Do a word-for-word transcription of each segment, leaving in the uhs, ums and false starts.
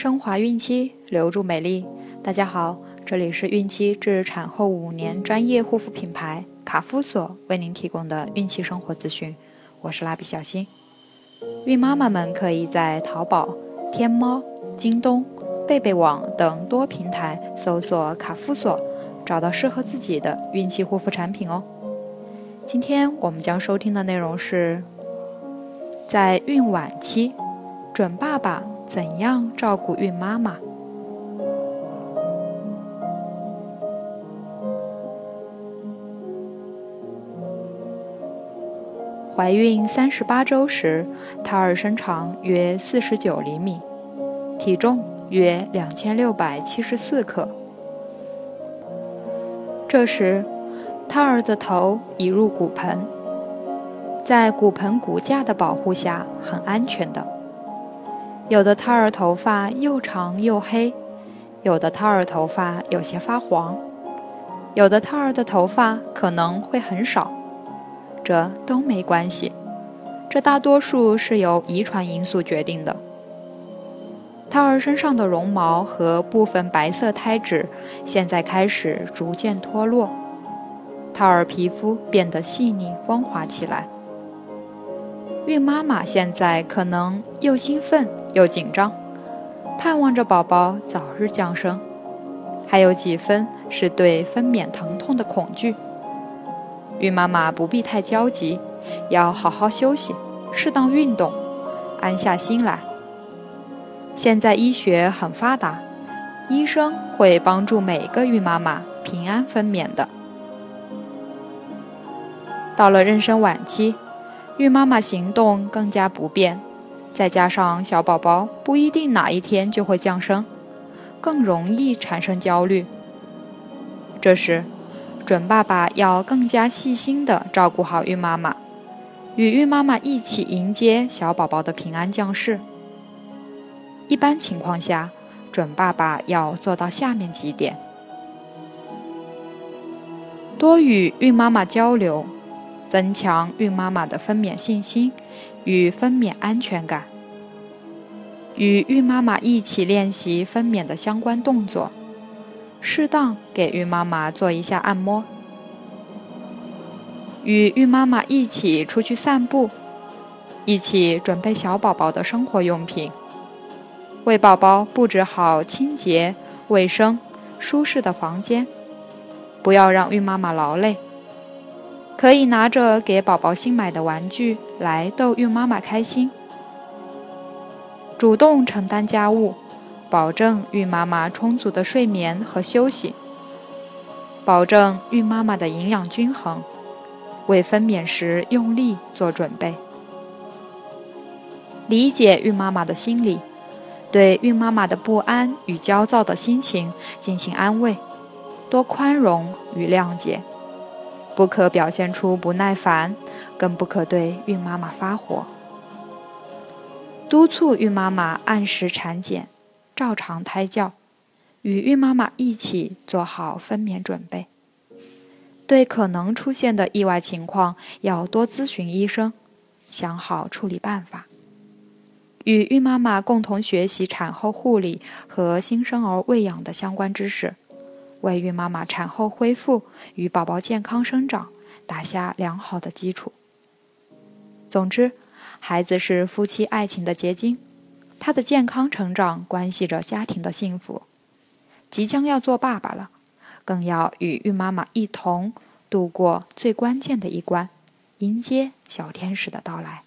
升华孕期，留住美丽。大家好，这里是孕期至产后五年专业护肤品牌卡夫索为您提供的孕期生活资讯，我是蜡笔小新。孕妈妈们可以在淘宝、天猫、京东、贝贝网等多平台搜索卡夫索，找到适合自己的孕期护肤产品哦。今天我们将收听的内容是，在孕晚期，准爸爸怎样照顾孕妈妈？怀孕三十八周时，胎儿身长约四十九厘米，体重约两千六百七十四克。这时，胎儿的头已入骨盆，在骨盆骨架的保护下，很安全的。有的胎儿头发又长又黑，有的胎儿头发有些发黄，有的胎儿的头发可能会很少，这都没关系，这大多数是由遗传因素决定的。胎儿身上的绒毛和部分白色胎脂现在开始逐渐脱落，胎儿皮肤变得细腻光滑起来。孕妈妈现在可能又兴奋又紧张，盼望着宝宝早日降生，还有几分是对分娩疼痛的恐惧。孕妈妈不必太焦急，要好好休息，适当运动，安下心来。现在医学很发达，医生会帮助每个孕妈妈平安分娩的。到了妊娠晚期，孕妈妈行动更加不便，再加上小宝宝不一定哪一天就会降生，更容易产生焦虑。这时，准爸爸要更加细心地照顾好孕妈妈，与孕妈妈一起迎接小宝宝的平安降世。一般情况下，准爸爸要做到下面几点：多与孕妈妈交流，增强孕妈妈的分娩信心与分娩安全感，与孕妈妈一起练习分娩的相关动作，适当给孕妈妈做一下按摩，与孕妈妈一起出去散步，一起准备小宝宝的生活用品，为宝宝布置好清洁、卫生、舒适的房间，不要让孕妈妈劳累。可以拿着给宝宝新买的玩具来逗孕妈妈开心，主动承担家务，保证孕妈妈充足的睡眠和休息，保证孕妈妈的营养均衡，为分娩时用力做准备。理解孕妈妈的心理，对孕妈妈的不安与焦躁的心情进行安慰，多宽容与谅解，不可表现出不耐烦，更不可对孕妈妈发火。督促孕妈妈按时产检，照常胎教，与孕妈妈一起做好分娩准备。对可能出现的意外情况，要多咨询医生，想好处理办法。与孕妈妈共同学习产后护理和新生儿喂养的相关知识，为孕妈妈产后恢复与宝宝健康生长打下良好的基础。总之，孩子是夫妻爱情的结晶，他的健康成长关系着家庭的幸福。即将要做爸爸了，更要与孕妈妈一同度过最关键的一关，迎接小天使的到来。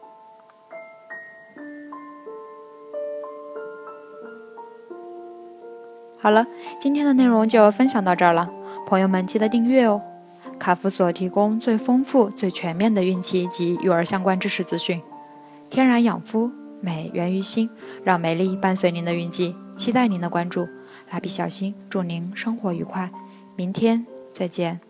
好了，今天的内容就分享到这儿了，朋友们记得订阅哦。卡夫索提供最丰富、最全面的孕期及育儿相关知识资讯，天然养肤，美源于心，让美丽伴随您的孕期，期待您的关注。蜡笔小新，祝您生活愉快，明天再见。